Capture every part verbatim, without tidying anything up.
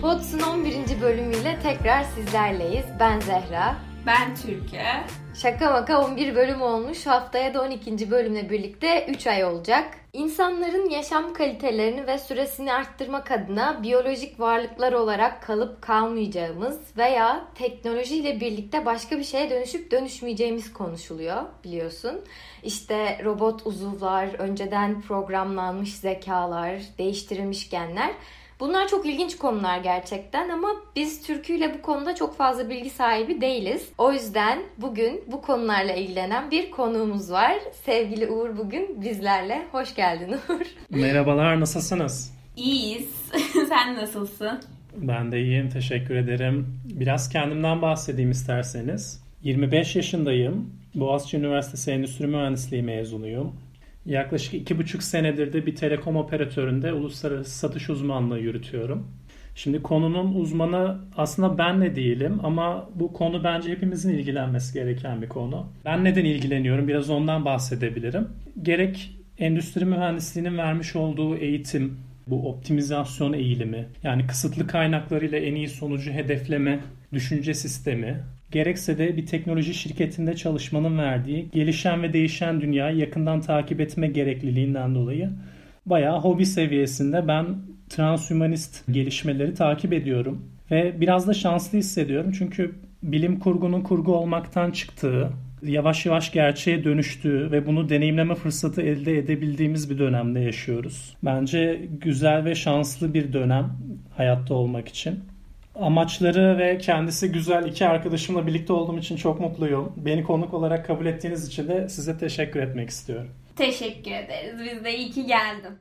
Pods'un on birinci bölümüyle tekrar sizlerleyiz. Ben Zehra. Ben Türkiye. Şaka maka on bir bölüm olmuş. Haftaya da on ikinci bölümle birlikte üç ay olacak. İnsanların yaşam kalitelerini ve süresini arttırmak adına biyolojik varlıklar olarak kalıp kalmayacağımız veya teknolojiyle birlikte başka bir şeye dönüşüp dönüşmeyeceğimiz konuşuluyor, biliyorsun. İşte robot uzuvlar, önceden programlanmış zekalar, değiştirilmiş genler. Bunlar çok ilginç konular gerçekten ama biz Türkü ile bu konuda çok fazla bilgi sahibi değiliz. O yüzden bugün bu konularla ilgilenen bir konuğumuz var. Sevgili Uğur bugün bizlerle. Hoş geldin Uğur. Merhabalar, nasılsınız? İyiyiz. Sen nasılsın? Ben de iyiyim, teşekkür ederim. Biraz kendimden bahsedeyim isterseniz. yirmi beş yaşındayım. Boğaziçi Üniversitesi Endüstri Mühendisliği mezunuyum. Yaklaşık iki buçuk senedir de bir telekom operatöründe uluslararası satış uzmanlığı yürütüyorum. Şimdi konunun uzmanı aslında ben de değilim ama bu konu bence hepimizin ilgilenmesi gereken bir konu. Ben neden ilgileniyorum? Biraz ondan bahsedebilirim. Gerek endüstri mühendisliğinin vermiş olduğu eğitim, bu optimizasyon eğilimi, yani kısıtlı kaynaklarıyla en iyi sonucu hedefleme düşünce sistemi, gerekse de bir teknoloji şirketinde çalışmanın verdiği gelişen ve değişen dünyayı yakından takip etme gerekliliğinden dolayı bayağı hobi seviyesinde ben transhümanist gelişmeleri takip ediyorum. Ve biraz da şanslı hissediyorum çünkü bilim kurgunun kurgu olmaktan çıktığı, yavaş yavaş gerçeğe dönüştüğü ve bunu deneyimleme fırsatı elde edebildiğimiz bir dönemde yaşıyoruz. Bence güzel ve şanslı bir dönem hayatta olmak için. Amaçları ve kendisi güzel iki arkadaşımla birlikte olduğum için çok mutluyum. Beni konuk olarak kabul ettiğiniz için de size teşekkür etmek istiyorum. Teşekkür ederiz. Biz de iyi ki geldin.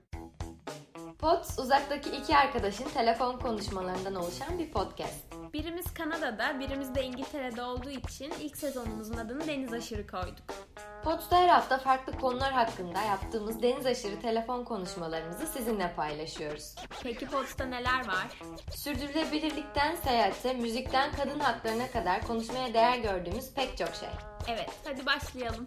Pods, uzaktaki iki arkadaşın telefon konuşmalarından oluşan bir podcast. Birimiz Kanada'da, birimiz de İngiltere'de olduğu için ilk sezonumuzun adını Deniz Aşırı koyduk. Pods'ta her hafta farklı konular hakkında yaptığımız deniz aşırı telefon konuşmalarımızı sizinle paylaşıyoruz. Peki Pods'ta neler var? Sürdürülebilirlikten seyahate, müzikten kadın haklarına kadar konuşmaya değer gördüğümüz pek çok şey. Evet, hadi başlayalım.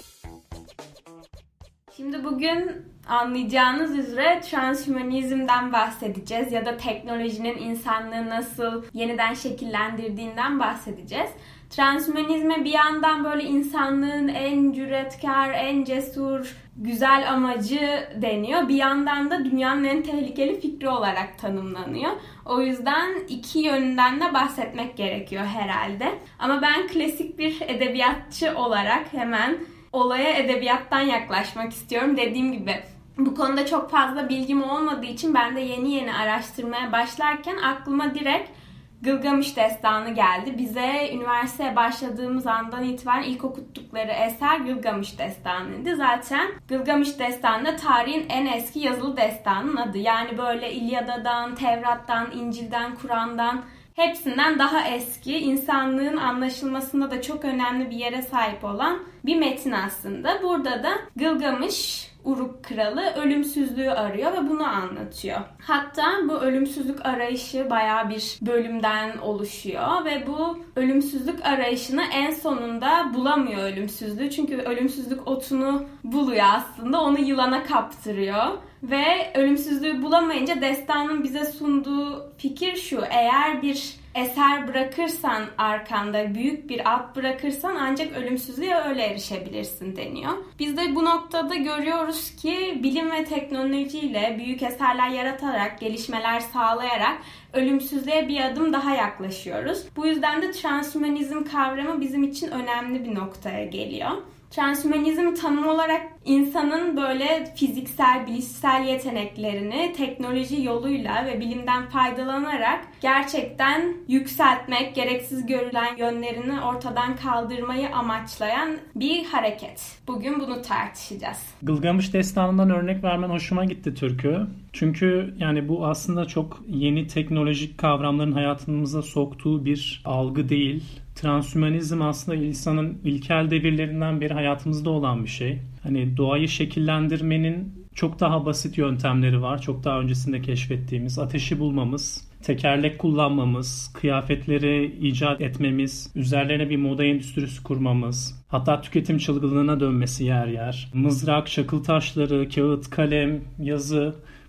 Şimdi bugün anlayacağınız üzere transhümanizmden bahsedeceğiz ya da teknolojinin insanlığı nasıl yeniden şekillendirdiğinden bahsedeceğiz. Transhümanizme bir yandan böyle insanlığın en cüretkar, en cesur, güzel amacı deniyor. Bir yandan da dünyanın en tehlikeli fikri olarak tanımlanıyor. O yüzden iki yönünden de bahsetmek gerekiyor herhalde. Ama ben klasik bir edebiyatçı olarak hemen olaya edebiyattan yaklaşmak istiyorum. Dediğim gibi bu konuda çok fazla bilgim olmadığı için ben de yeni yeni araştırmaya başlarken aklıma direkt Gılgamış Destanı geldi. Bize üniversiteye başladığımız andan itibaren ilk okuttukları eser Gılgamış Destanı'ydı. Zaten Gılgamış Destanı da tarihin en eski yazılı destanının adı. Yani böyle İlyada'dan, Tevrat'tan, İncil'den, Kur'an'dan hepsinden daha eski, insanlığın anlaşılmasında da çok önemli bir yere sahip olan bir metin aslında. Burada da Gılgamış, Uruk kralı ölümsüzlüğü arıyor ve bunu anlatıyor. Hatta bu ölümsüzlük arayışı bayağı bir bölümden oluşuyor ve bu ölümsüzlük arayışını en sonunda bulamıyor ölümsüzlüğü. Çünkü ölümsüzlük otunu buluyor aslında, onu yılana kaptırıyor. Ve ölümsüzlüğü bulamayınca destanın bize sunduğu fikir şu: eğer bir eser bırakırsan arkanda, büyük bir at bırakırsan ancak ölümsüzlüğe öyle erişebilirsin deniyor. Biz de bu noktada görüyoruz ki bilim ve teknolojiyle büyük eserler yaratarak, gelişmeler sağlayarak ölümsüzlüğe bir adım daha yaklaşıyoruz. Bu yüzden de transhümanizm kavramı bizim için önemli bir noktaya geliyor. Transhümanizm tanım olarak insanın böyle fiziksel, bilişsel yeteneklerini teknoloji yoluyla ve bilimden faydalanarak gerçekten yükseltmek, gereksiz görülen yönlerini ortadan kaldırmayı amaçlayan bir hareket. Bugün bunu tartışacağız. Gılgamış Destanı'ndan örnek vermen hoşuma gitti Türkü. Çünkü yani bu aslında çok yeni teknolojik kavramların hayatımıza soktuğu bir algı değil. Transhümanizm aslında insanın ilkel devirlerinden beri hayatımızda olan bir şey. Hani doğayı şekillendirmenin çok daha basit yöntemleri var. Çok daha öncesinde keşfettiğimiz ateşi bulmamız, tekerlek kullanmamız, kıyafetleri icat etmemiz, üzerlerine bir moda endüstrisi kurmamız, hatta tüketim çılgınlığına dönmesi yer yer. Mızrak, çakıl taşları, kağıt, kalem, yazı,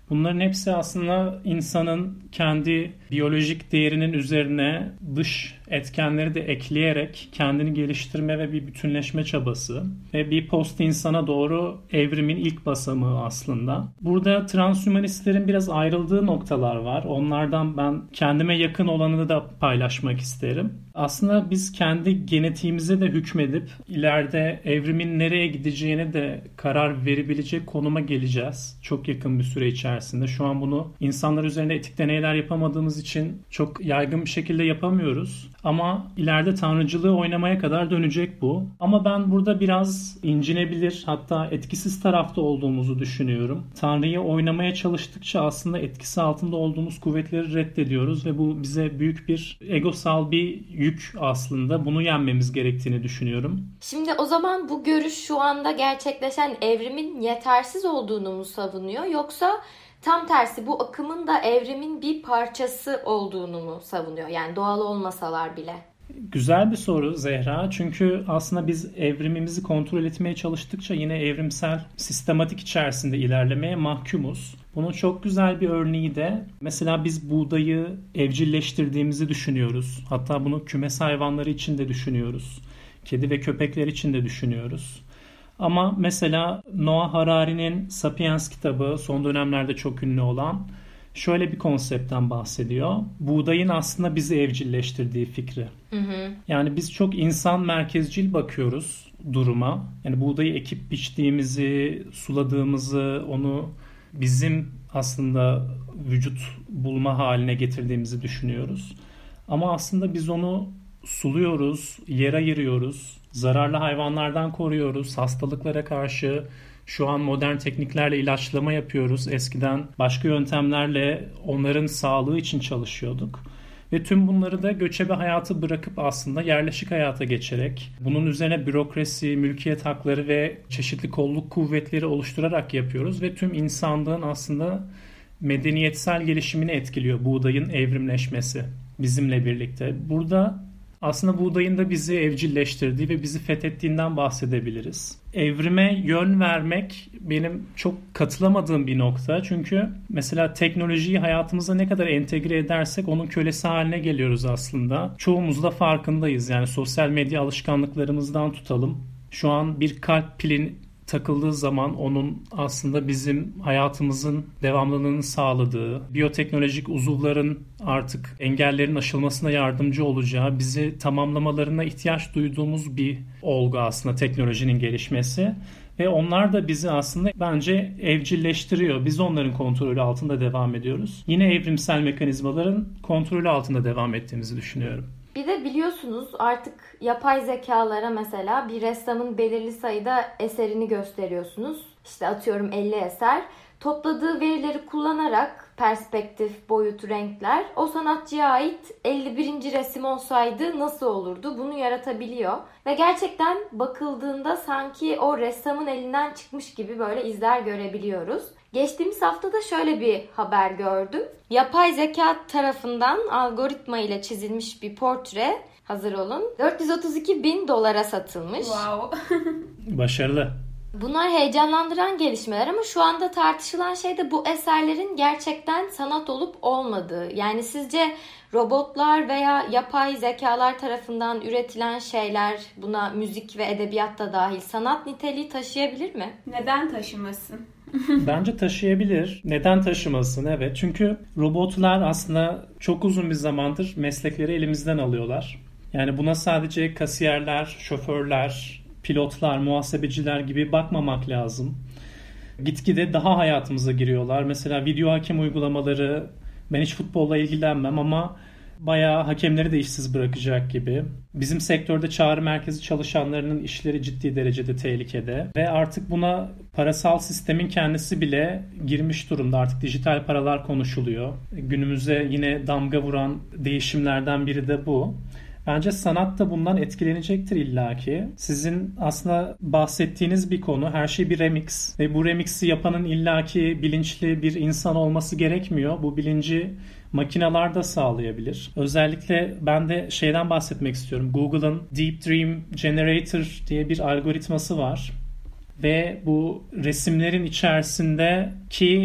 Bunların hepsi aslında insanın kendi biyolojik değerinin üzerine dış etkenleri de ekleyerek kendini geliştirme ve bir bütünleşme çabası ve bir post insana doğru evrimin ilk basamağı aslında. Burada transhümanistlerin biraz ayrıldığı noktalar var. Onlardan ben kendime yakın olanını da paylaşmak isterim. Aslında biz kendi genetiğimize de hükmedip ileride evrimin nereye gideceğine de karar verebilecek konuma geleceğiz. Çok yakın bir süre içerisinde. Şu an bunu insanlar üzerinde etik deneyler yapamadığımız için çok yaygın bir şekilde yapamıyoruz. Ama ileride tanrıcılığı oynamaya kadar dönecek bu. Ama ben burada biraz incinebilir, hatta etkisiz tarafta olduğumuzu düşünüyorum. Tanrıyı oynamaya çalıştıkça aslında etkisi altında olduğumuz kuvvetleri reddediyoruz ve bu bize büyük bir egosal bir yük aslında. Bunu yenmemiz gerektiğini düşünüyorum. Şimdi o zaman bu görüş şu anda gerçekleşen evrimin yetersiz olduğunu mu savunuyor, yoksa tam tersi bu akımın da evrimin bir parçası olduğunu mu savunuyor? Yani doğal olmasalar bile. Güzel bir soru Zehra. Çünkü aslında biz evrimimizi kontrol etmeye çalıştıkça yine evrimsel sistematik içerisinde ilerlemeye mahkumuz. Bunun çok güzel bir örneği de mesela biz buğdayı evcilleştirdiğimizi düşünüyoruz. Hatta bunu kümes hayvanları için de düşünüyoruz. Kedi ve köpekler için de düşünüyoruz. Ama mesela Noah Harari'nin Sapiens kitabı, son dönemlerde çok ünlü olan, şöyle bir konseptten bahsediyor. Buğdayın aslında bizi evcilleştirdiği fikri. Hı hı. Yani biz çok insan merkezcil bakıyoruz duruma. Yani buğdayı ekip biçtiğimizi, suladığımızı, onu bizim aslında vücut bulma haline getirdiğimizi düşünüyoruz. Ama aslında biz onu suluyoruz, yer ayırıyoruz, zararlı hayvanlardan koruyoruz, hastalıklara karşı şu an modern tekniklerle ilaçlama yapıyoruz. Eskiden başka yöntemlerle onların sağlığı için çalışıyorduk. Ve tüm bunları da göçebe hayatı bırakıp aslında yerleşik hayata geçerek, bunun üzerine bürokrasi, mülkiyet hakları ve çeşitli kolluk kuvvetleri oluşturarak yapıyoruz. Ve tüm insanlığın aslında medeniyetsel gelişimini etkiliyor buğdayın evrimleşmesi bizimle birlikte. Burada aslında buğdayın da bizi evcilleştirdiği ve bizi fethettiğinden bahsedebiliriz. Evrime yön vermek benim çok katılamadığım bir nokta. Çünkü mesela teknolojiyi hayatımıza ne kadar entegre edersek onun kölesi haline geliyoruz aslında. Çoğumuz da farkındayız. Yani sosyal medya alışkanlıklarımızdan tutalım. Şu an bir kalp pilin takıldığı zaman onun aslında bizim hayatımızın devamlılığını sağladığı, biyoteknolojik uzuvların artık engellerin aşılmasına yardımcı olacağı, bizi tamamlamalarına ihtiyaç duyduğumuz bir olgu aslında teknolojinin gelişmesi. Ve onlar da bizi aslında bence evcilleştiriyor. Biz onların kontrolü altında devam ediyoruz. Yine evrimsel mekanizmaların kontrolü altında devam ettiğimizi düşünüyorum. Bir de biliyorsunuz artık yapay zekalara mesela bir ressamın belirli sayıda eserini gösteriyorsunuz. İşte atıyorum elli eser. Topladığı verileri kullanarak perspektif, boyut, renkler o sanatçıya ait elli birinci resim olsaydı nasıl olurdu? Bunu yaratabiliyor. Ve gerçekten bakıldığında sanki o ressamın elinden çıkmış gibi böyle izler görebiliyoruz. Geçtiğimiz hafta da şöyle bir haber gördüm. Yapay zeka tarafından algoritma ile çizilmiş bir portre, hazır olun, dört yüz otuz iki bin dolara satılmış. Wow. Başarılı. Bunlar heyecanlandıran gelişmeler ama şu anda tartışılan şey de bu eserlerin gerçekten sanat olup olmadığı. Yani sizce robotlar veya yapay zekalar tarafından üretilen şeyler, buna müzik ve edebiyat da dahil, sanat niteliği taşıyabilir mi? Neden taşımasın? Bence taşıyabilir. Neden taşımasın? Evet. Çünkü robotlar aslında çok uzun bir zamandır meslekleri elimizden alıyorlar. Yani buna sadece kasiyerler, şoförler, pilotlar, muhasebeciler gibi bakmamak lazım. Gitgide daha hayatımıza giriyorlar. Mesela video hakem uygulamaları, ben hiç futbolla ilgilenmem ama bayağı hakemleri de işsiz bırakacak gibi. Bizim sektörde çağrı merkezi çalışanlarının işleri ciddi derecede tehlikede. Ve artık buna parasal sistemin kendisi bile girmiş durumda. Artık dijital paralar konuşuluyor. Günümüze yine damga vuran değişimlerden biri de bu. Bence sanat da bundan etkilenecektir illaki. Sizin aslında bahsettiğiniz bir konu, her şey bir remix ve bu remixi yapanın illaki bilinçli bir insan olması gerekmiyor. Bu bilinci makineler de sağlayabilir. Özellikle ben de şeyden bahsetmek istiyorum. Google'ın Deep Dream Generator diye bir algoritması var. Ve bu resimlerin içerisindeki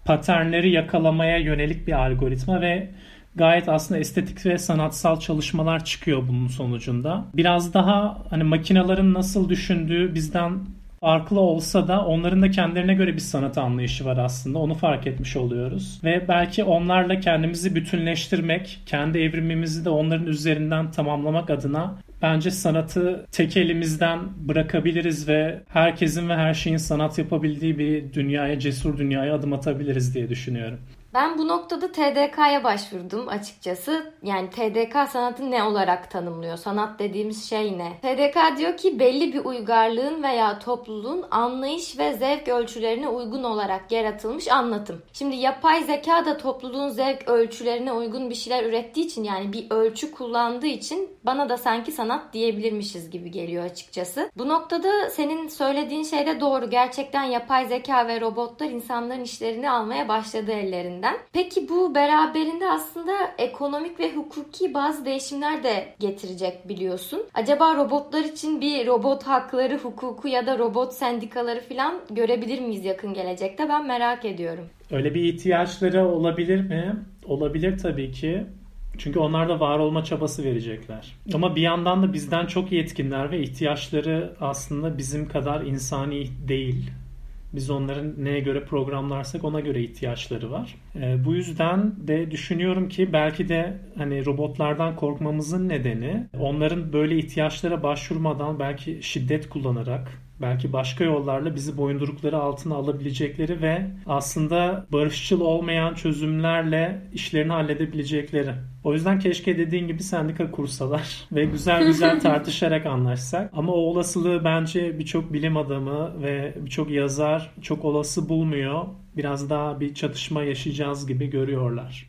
paternleri yakalamaya yönelik bir algoritma ve gayet aslında estetik ve sanatsal çalışmalar çıkıyor bunun sonucunda. Biraz daha hani makinelerin nasıl düşündüğü bizden farklı olsa da onların da kendilerine göre bir sanat anlayışı var aslında. Onu fark etmiş oluyoruz. Ve belki onlarla kendimizi bütünleştirmek, kendi evrimimizi de onların üzerinden tamamlamak adına bence sanatı tek elimizden bırakabiliriz ve herkesin ve her şeyin sanat yapabildiği bir dünyaya, cesur dünyaya adım atabiliriz diye düşünüyorum. Ben bu noktada T D K'ya başvurdum açıkçası. Yani T D K sanatı ne olarak tanımlıyor? Sanat dediğimiz şey ne? T D K diyor ki belli bir uygarlığın veya topluluğun anlayış ve zevk ölçülerine uygun olarak yaratılmış anlatım. Şimdi yapay zeka da topluluğun zevk ölçülerine uygun bir şeyler ürettiği için, yani bir ölçü kullandığı için bana da sanki sanat diyebilirmişiz gibi geliyor açıkçası. Bu noktada senin söylediğin şey de doğru. Gerçekten yapay zeka ve robotlar insanların işlerini almaya başladı ellerinden. Peki bu beraberinde aslında ekonomik ve hukuki bazı değişimler de getirecek biliyorsun. Acaba robotlar için bir robot hakları hukuku ya da robot sendikaları falan görebilir miyiz yakın gelecekte? Ben merak ediyorum. Öyle bir ihtiyaçları olabilir mi? Olabilir tabii ki. Çünkü onlar da var olma çabası verecekler. Ama bir yandan da bizden çok yetkinler ve ihtiyaçları aslında bizim kadar insani değil. Biz onların neye göre programlarsak ona göre ihtiyaçları var. E, bu yüzden de düşünüyorum ki belki de hani robotlardan korkmamızın nedeni onların böyle ihtiyaçlara başvurmadan belki şiddet kullanarak, belki başka yollarla bizi boyundurukları altına alabilecekleri ve aslında barışçıl olmayan çözümlerle işlerini halledebilecekleri. O yüzden keşke dediğin gibi sendika kursalar ve güzel güzel tartışarak anlaşsak. Ama o olasılığı bence birçok bilim adamı ve birçok yazar çok olası bulmuyor. Biraz daha bir çatışma yaşayacağız gibi görüyorlar.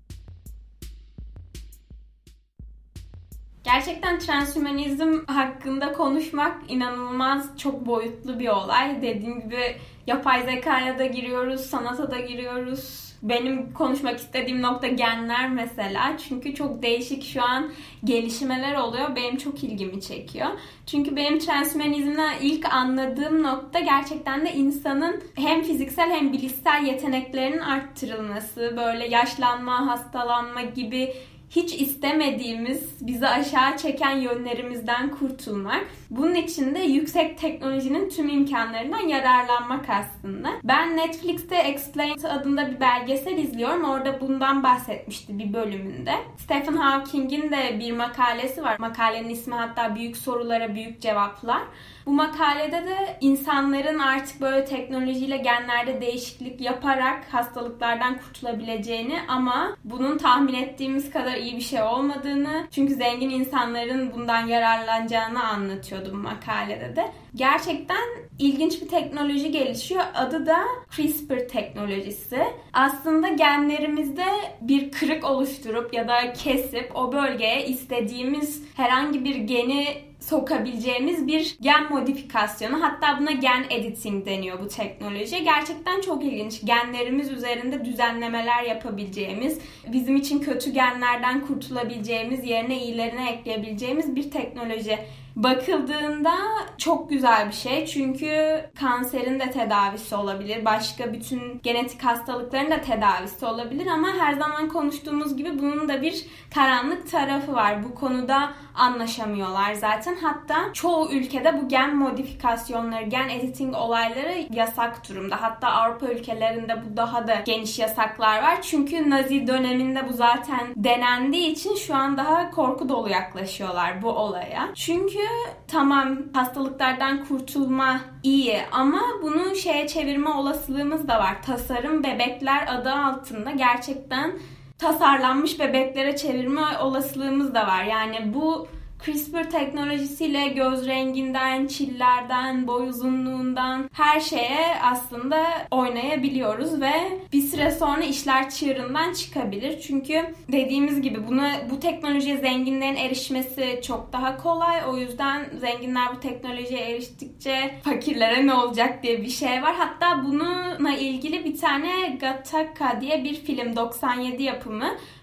Gerçekten transhümanizm hakkında konuşmak inanılmaz çok boyutlu bir olay. Dediğim gibi yapay zekaya da giriyoruz, sanata da giriyoruz. Benim konuşmak istediğim nokta genler mesela. Çünkü çok değişik şu an gelişmeler oluyor. Benim çok ilgimi çekiyor. Çünkü benim transhümanizmle ilk anladığım nokta gerçekten de insanın hem fiziksel hem bilişsel yeteneklerinin arttırılması, böyle yaşlanma, hastalanma gibi hiç istemediğimiz, bizi aşağı çeken yönlerimizden kurtulmak. Bunun için de yüksek teknolojinin tüm imkanlarından yararlanmak aslında. Ben Netflix'te Explained adında bir belgesel izliyorum. Orada bundan bahsetmişti bir bölümünde. Stephen Hawking'in de bir makalesi var. Makalenin ismi hatta Büyük Sorulara Büyük Cevaplar. Bu makalede de insanların artık böyle teknolojiyle genlerde değişiklik yaparak hastalıklardan kurtulabileceğini ama bunun tahmin ettiğimiz kadar iyi bir şey olmadığını, çünkü zengin insanların bundan yararlanacağını anlatıyordu bu makalede de. Gerçekten ilginç bir teknoloji gelişiyor. Adı da CRISPR teknolojisi. Aslında genlerimizde bir kırık oluşturup ya da kesip o bölgeye istediğimiz herhangi bir geni sokabileceğimiz bir gen modifikasyonu. Hatta buna gen editing deniyor bu teknoloji. Gerçekten çok ilginç. Genlerimiz üzerinde düzenlemeler yapabileceğimiz, bizim için kötü genlerden kurtulabileceğimiz, yerine iyilerini ekleyebileceğimiz bir teknoloji. Bakıldığında çok güzel bir şey. Çünkü kanserin de tedavisi olabilir. Başka bütün genetik hastalıkların da tedavisi olabilir. Ama her zaman konuştuğumuz gibi bunun da bir karanlık tarafı var. Bu konuda anlaşamıyorlar zaten. Hatta çoğu ülkede bu gen modifikasyonları, gen editing olayları yasak durumda. Hatta Avrupa ülkelerinde bu daha da geniş yasaklar var. Çünkü Nazi döneminde bu zaten denendiği için şu an daha korku dolu yaklaşıyorlar bu olaya. Çünkü tamam, hastalıklardan kurtulma iyi ama bunu şeye çevirme olasılığımız da var. Tasarım bebekler adı altında gerçekten tasarlanmış bebeklere çevirme olasılığımız da var. Yani bu CRISPR teknolojisiyle göz renginden, çillerden, boy uzunluğundan her şeye aslında oynayabiliyoruz ve bir süre sonra işler çığırından çıkabilir. Çünkü dediğimiz gibi buna, bu teknolojiye zenginlerin erişmesi çok daha kolay. O yüzden zenginler bu teknolojiye eriştikçe fakirlere ne olacak diye bir şey var. Hatta bununla ilgili bir tane Gattaca diye bir film, doksan yedi yapımı.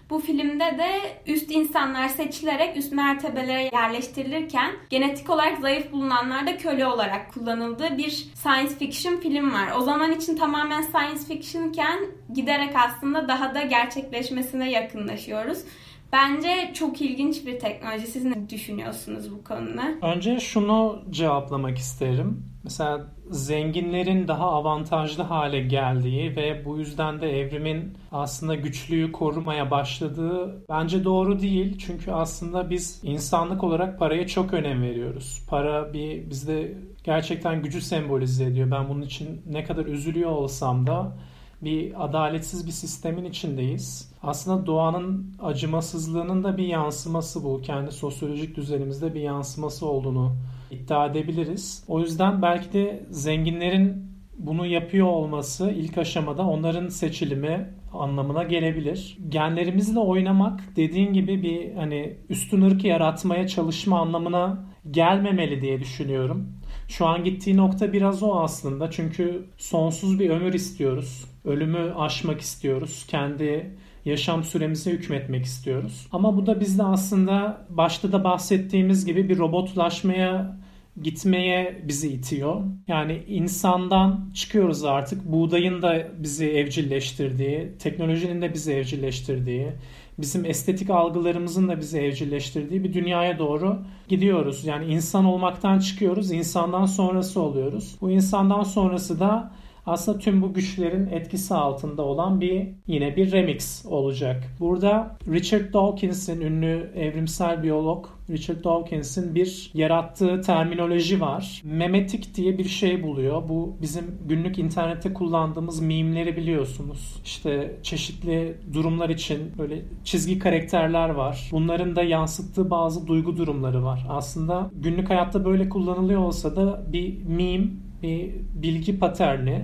Bu filmde de üst insanlar seçilerek üst mertebelere yerleştirilirken genetik olarak zayıf bulunanlar da köle olarak kullanıldığı bir science fiction film var. O zaman için tamamen science fictionken giderek aslında daha da gerçekleşmesine yakınlaşıyoruz. Bence çok ilginç bir teknoloji. Siz ne düşünüyorsunuz bu konuda? Önce şunu cevaplamak isterim. Mesela zenginlerin daha avantajlı hale geldiği ve bu yüzden de evrimin aslında güçlüyü korumaya başladığı bence doğru değil. Çünkü aslında biz insanlık olarak paraya çok önem veriyoruz. Para bir bizde gerçekten gücü sembolize ediyor. Ben bunun için ne kadar üzülüyor olsam da bir adaletsiz bir sistemin içindeyiz. Aslında doğanın acımasızlığının da bir yansıması bu. Kendi sosyolojik düzenimizde bir yansıması olduğunu iddia edebiliriz. O yüzden belki de zenginlerin bunu yapıyor olması ilk aşamada onların seçilimi anlamına gelebilir. Genlerimizle oynamak dediğin gibi bir hani üstün ırk yaratmaya çalışma anlamına gelmemeli diye düşünüyorum. Şu an gittiği nokta biraz o aslında. Çünkü sonsuz bir ömür istiyoruz. Ölümü aşmak istiyoruz. Kendi yaşam süremize hükmetmek istiyoruz. Ama bu da bizde aslında başta da bahsettiğimiz gibi bir robotlaşmaya gitmeye bizi itiyor. Yani insandan çıkıyoruz artık. Buğdayın da bizi evcilleştirdiği, teknolojinin de bizi evcilleştirdiği, bizim estetik algılarımızın da bizi evcilleştirdiği bir dünyaya doğru gidiyoruz. Yani insan olmaktan çıkıyoruz, insandan sonrası oluyoruz. Bu insandan sonrası da aslında tüm bu güçlerin etkisi altında olan bir yine bir remix olacak. Burada Richard Dawkins'in, ünlü evrimsel biyolog Richard Dawkins'in bir yarattığı terminoloji var. Memetik diye bir şey buluyor. Bu bizim günlük internette kullandığımız meme'leri biliyorsunuz. İşte çeşitli durumlar için böyle çizgi karakterler var. Bunların da yansıttığı bazı duygu durumları var. Aslında günlük hayatta böyle kullanılıyor olsa da bir meme, bir bilgi paterni,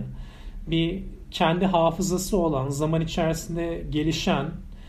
bir kendi hafızası olan, zaman içerisinde gelişen,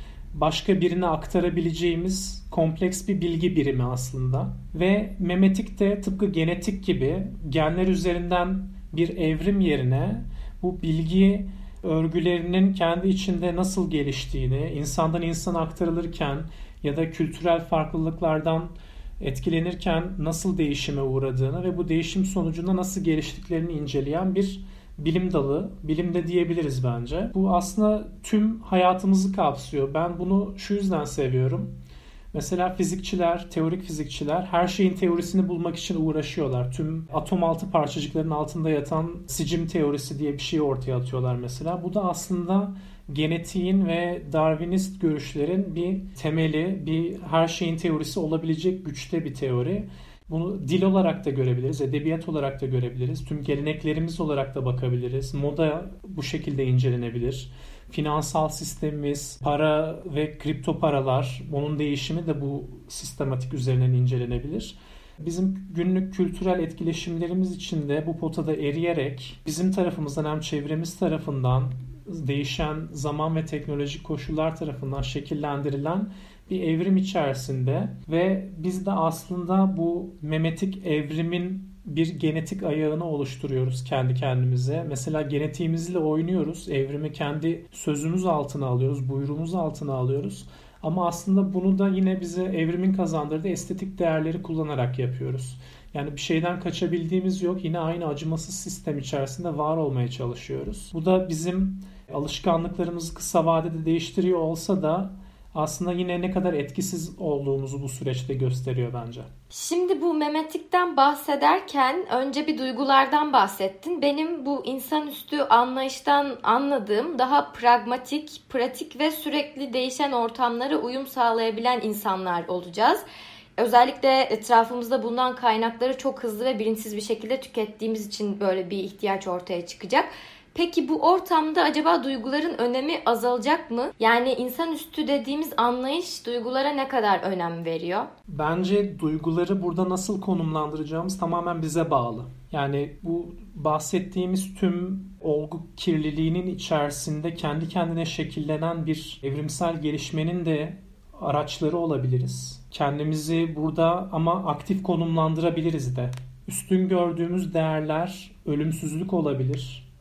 başka birine aktarabileceğimiz kompleks bir bilgi birimi aslında. Ve memetik de tıpkı genetik gibi genler üzerinden bir evrim yerine bu bilgi örgülerinin kendi içinde nasıl geliştiğini, insandan insana aktarılırken ya da kültürel farklılıklardan etkilenirken nasıl değişime uğradığını ve bu değişim sonucunda nasıl geliştiklerini inceleyen bir bilim dalı, bilim de diyebiliriz bence. Bu aslında tüm hayatımızı kapsıyor. Ben bunu şu yüzden seviyorum. Mesela fizikçiler, teorik fizikçiler her şeyin teorisini bulmak için uğraşıyorlar. Tüm atom altı parçacıkların altında yatan sicim teorisi diye bir şeyi ortaya atıyorlar mesela. Bu da aslında genetiğin ve Darwinist görüşlerin bir temeli, bir her şeyin teorisi olabilecek güçte bir teori. Bunu dil olarak da görebiliriz, edebiyat olarak da görebiliriz, tüm geleneklerimiz olarak da bakabiliriz. Moda bu şekilde incelenebilir. Finansal sistemimiz, para ve kripto paralar, onun değişimi de bu sistematik üzerinden incelenebilir. Bizim günlük kültürel etkileşimlerimiz içinde bu potada eriyerek bizim tarafımızdan hem çevremiz tarafından değişen zaman ve teknolojik koşullar tarafından şekillendirilen bir evrim içerisinde ve biz de aslında bu memetik evrimin bir genetik ayağını oluşturuyoruz kendi kendimize. Mesela genetiğimizle oynuyoruz. Evrimi kendi sözümüz altına alıyoruz, buyruğumuz altına alıyoruz. Ama aslında bunu da yine bize evrimin kazandırdığı estetik değerleri kullanarak yapıyoruz. Yani bir şeyden kaçabildiğimiz yok. Yine aynı acımasız sistem içerisinde var olmaya çalışıyoruz. Bu da bizim alışkanlıklarımızı kısa vadede değiştiriyor olsa da aslında yine ne kadar etkisiz olduğumuzu bu süreçte gösteriyor bence. Şimdi bu memetikten bahsederken önce bir duygulardan bahsettin. Benim bu insanüstü anlayıştan anladığım daha pragmatik, pratik ve sürekli değişen ortamlara uyum sağlayabilen insanlar olacağız. Özellikle etrafımızda bulunan kaynakları çok hızlı ve bilinçsiz bir şekilde tükettiğimiz için böyle bir ihtiyaç ortaya çıkacak. Peki bu ortamda acaba duyguların önemi azalacak mı? Yani insanüstü dediğimiz anlayış duygulara ne kadar önem veriyor? Bence duyguları burada nasıl konumlandıracağımız tamamen bize bağlı. Yani bu bahsettiğimiz tüm olgu kirliliğinin içerisinde kendi kendine şekillenen bir evrimsel gelişmenin de araçları olabiliriz. Kendimizi burada ama aktif konumlandırabiliriz de. Üstün gördüğümüz değerler ölümsüzlük olabilir.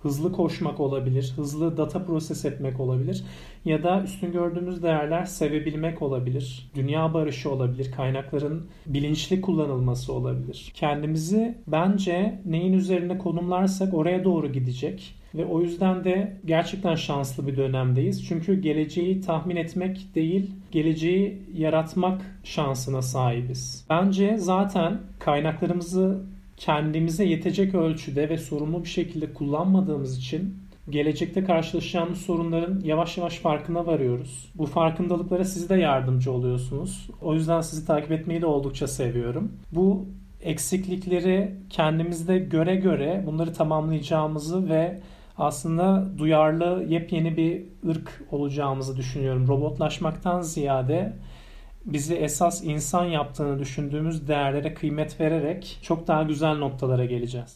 hızlı koşmak olabilir, hızlı data proses etmek olabilir ya da üstün gördüğümüz değerler sevebilmek olabilir, dünya barışı olabilir, kaynakların bilinçli kullanılması olabilir. Kendimizi bence neyin üzerine konumlarsak oraya doğru gidecek ve o yüzden de gerçekten şanslı bir dönemdeyiz. Çünkü geleceği tahmin etmek değil, geleceği yaratmak şansına sahibiz. Bence zaten kaynaklarımızı kendimize yetecek ölçüde ve sorumlu bir şekilde kullanmadığımız için gelecekte karşılaşacağımız sorunların yavaş yavaş farkına varıyoruz. Bu farkındalıklara siz de yardımcı oluyorsunuz. O yüzden sizi takip etmeyi de oldukça seviyorum. Bu eksiklikleri kendimizde göre göre bunları tamamlayacağımızı ve aslında duyarlı yepyeni bir ırk olacağımızı düşünüyorum. Robotlaşmaktan ziyade bizi esas insan yaptığını düşündüğümüz değerlere kıymet vererek çok daha güzel noktalara geleceğiz.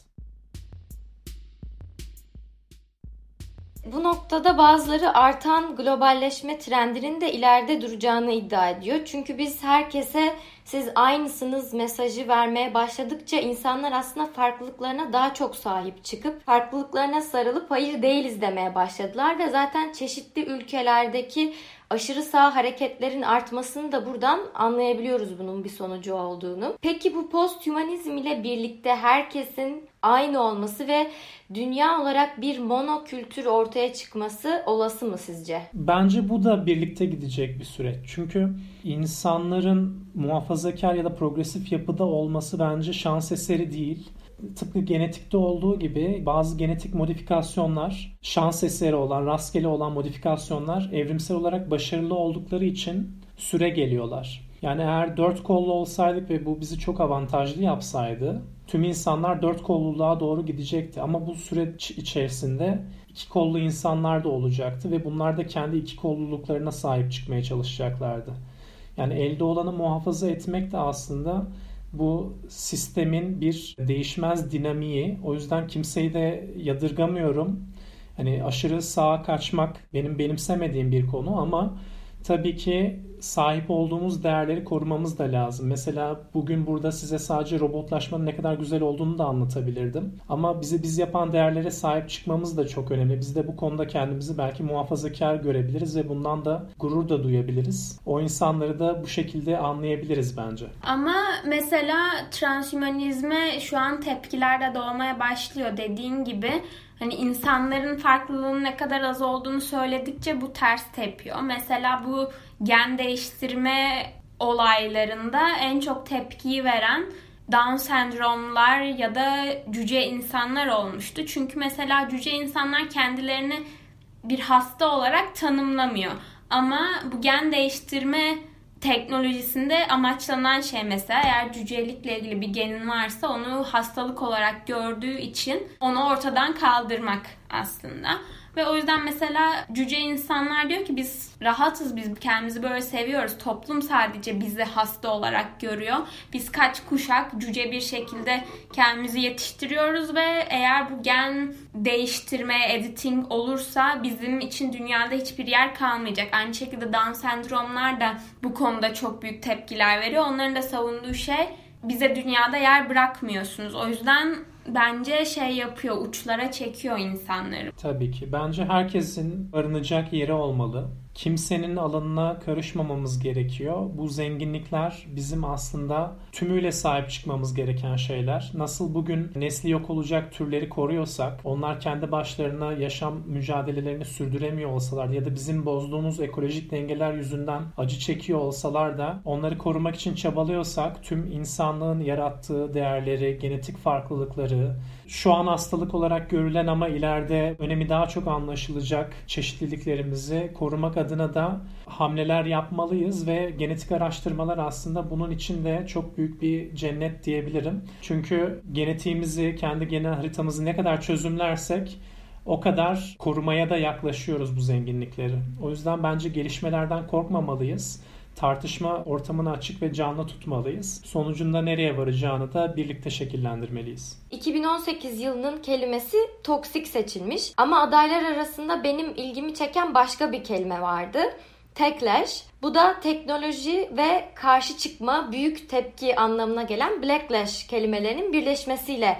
Bu noktada bazıları artan globalleşme trendinin de ileride duracağını iddia ediyor. Çünkü biz herkese siz aynısınız mesajı vermeye başladıkça insanlar aslında farklılıklarına daha çok sahip çıkıp farklılıklarına sarılıp hayır değiliz demeye başladılar ve zaten çeşitli ülkelerdeki aşırı sağ hareketlerin artmasını da buradan anlayabiliyoruz bunun bir sonucu olduğunu. Peki bu posthumanizm ile birlikte herkesin aynı olması ve dünya olarak bir monokültür ortaya çıkması olası mı sizce? Bence bu da birlikte gidecek bir süreç. Çünkü insanların muhafazakar ya da progresif yapıda olması bence şans eseri değil. Tıpkı genetikte olduğu gibi bazı genetik modifikasyonlar, şans eseri olan, rastgele olan modifikasyonlar evrimsel olarak başarılı oldukları için süre geliyorlar. Yani eğer dört kollu olsaydık ve bu bizi çok avantajlı yapsaydı tüm insanlar dört kolluluğa doğru gidecekti. Ama bu süreç içerisinde iki kollu insanlar da olacaktı ve bunlar da kendi iki kolluluklarına sahip çıkmaya çalışacaklardı. Yani elde olanı muhafaza etmek de aslında bu sistemin bir değişmez dinamiği. O yüzden kimseyi de yadırgamıyorum. Hani aşırı sağa kaçmak benim benimsemediğim bir konu ama tabii ki sahip olduğumuz değerleri korumamız da lazım. Mesela bugün burada size sadece robotlaşmanın ne kadar güzel olduğunu da anlatabilirdim. Ama bizi biz yapan değerlere sahip çıkmamız da çok önemli. Biz de bu konuda kendimizi belki muhafazakar görebiliriz ve bundan da gurur da duyabiliriz. O insanları da bu şekilde anlayabiliriz bence. Ama mesela transhümanizme şu an tepkiler de doğmaya başlıyor dediğin gibi. Hani insanların farklılığının ne kadar az olduğunu söyledikçe bu ters tepiyor. Mesela bu gen değiştirme olaylarında en çok tepkiyi veren Down sendromlar ya da cüce insanlar olmuştu. Çünkü mesela cüce insanlar kendilerini bir hasta olarak tanımlamıyor. Ama bu gen değiştirme teknolojisinde amaçlanan şey mesela eğer cücelikle ilgili bir genin varsa onu hastalık olarak gördüğü için onu ortadan kaldırmak aslında. Ve o yüzden mesela cüce insanlar diyor ki biz rahatız, biz kendimizi böyle seviyoruz. Toplum sadece bizi hasta olarak görüyor. Biz kaç kuşak cüce bir şekilde kendimizi yetiştiriyoruz ve eğer bu gen değiştirme, editing olursa bizim için dünyada hiçbir yer kalmayacak. Aynı şekilde Down sendromlar da bu konuda çok büyük tepkiler veriyor. Onların da savunduğu şey bize dünyada yer bırakmıyorsunuz. O yüzden bence şey yapıyor, uçlara çekiyor insanları. Tabii ki. Bence herkesin barınacak yeri olmalı. Kimsenin alanına karışmamamız gerekiyor. Bu zenginlikler bizim aslında tümüyle sahip çıkmamız gereken şeyler. Nasıl bugün nesli yok olacak türleri koruyorsak, onlar kendi başlarına yaşam mücadelelerini sürdüremiyor olsalar ya da bizim bozduğumuz ekolojik dengeler yüzünden acı çekiyor olsalar da onları korumak için çabalıyorsak tüm insanlığın yarattığı değerleri, genetik farklılıkları, şu an hastalık olarak görülen ama ileride önemi daha çok anlaşılacak çeşitliliklerimizi korumak adına da hamleler yapmalıyız ve genetik araştırmalar aslında bunun için de çok büyük bir cennet diyebilirim. Çünkü genetiğimizi, kendi genel haritamızı ne kadar çözümlersek o kadar korumaya da yaklaşıyoruz bu zenginlikleri. O yüzden bence gelişmelerden korkmamalıyız. Tartışma ortamını açık ve canlı tutmalıyız. Sonucunda nereye varacağını da birlikte şekillendirmeliyiz. iki bin on sekiz yılının kelimesi toksik seçilmiş ama adaylar arasında benim ilgimi çeken başka bir kelime vardı. Techlash. Bu da teknoloji ve karşı çıkma, büyük tepki anlamına gelen blacklash kelimelerinin birleşmesiyle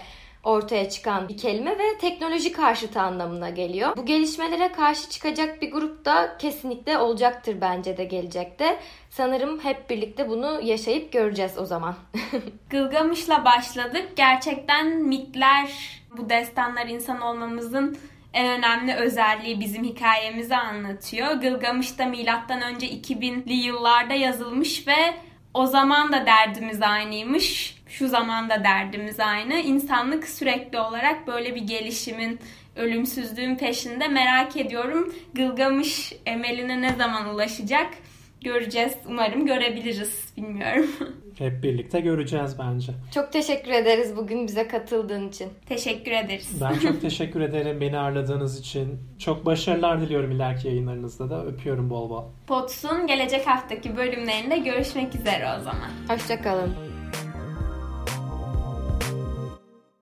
ortaya çıkan bir kelime ve teknoloji karşıtı anlamına geliyor. Bu gelişmelere karşı çıkacak bir grup da kesinlikle olacaktır bence de gelecekte. Sanırım hep birlikte bunu yaşayıp göreceğiz o zaman. Gılgamış'la başladık. Gerçekten mitler, bu destanlar insan olmamızın en önemli özelliği, bizim hikayemizi anlatıyor. Gılgamış da milattan önce iki binli yıllarda yazılmış ve o zaman da derdimiz aynıymış. Şu zaman da derdimiz aynı. İnsanlık sürekli olarak böyle bir gelişimin, ölümsüzlüğün peşinde. Merak ediyorum Gılgamış emeline ne zaman ulaşacak? Göreceğiz. Umarım görebiliriz. Bilmiyorum. Hep birlikte göreceğiz bence. Çok teşekkür ederiz bugün bize katıldığın için. Teşekkür ederiz. Ben çok teşekkür ederim beni ağırladığınız için. Çok başarılar diliyorum ileriki yayınlarınızda da. Öpüyorum bol bol. Pods'un gelecek haftaki bölümlerinde görüşmek üzere o zaman. Hoşça kalın.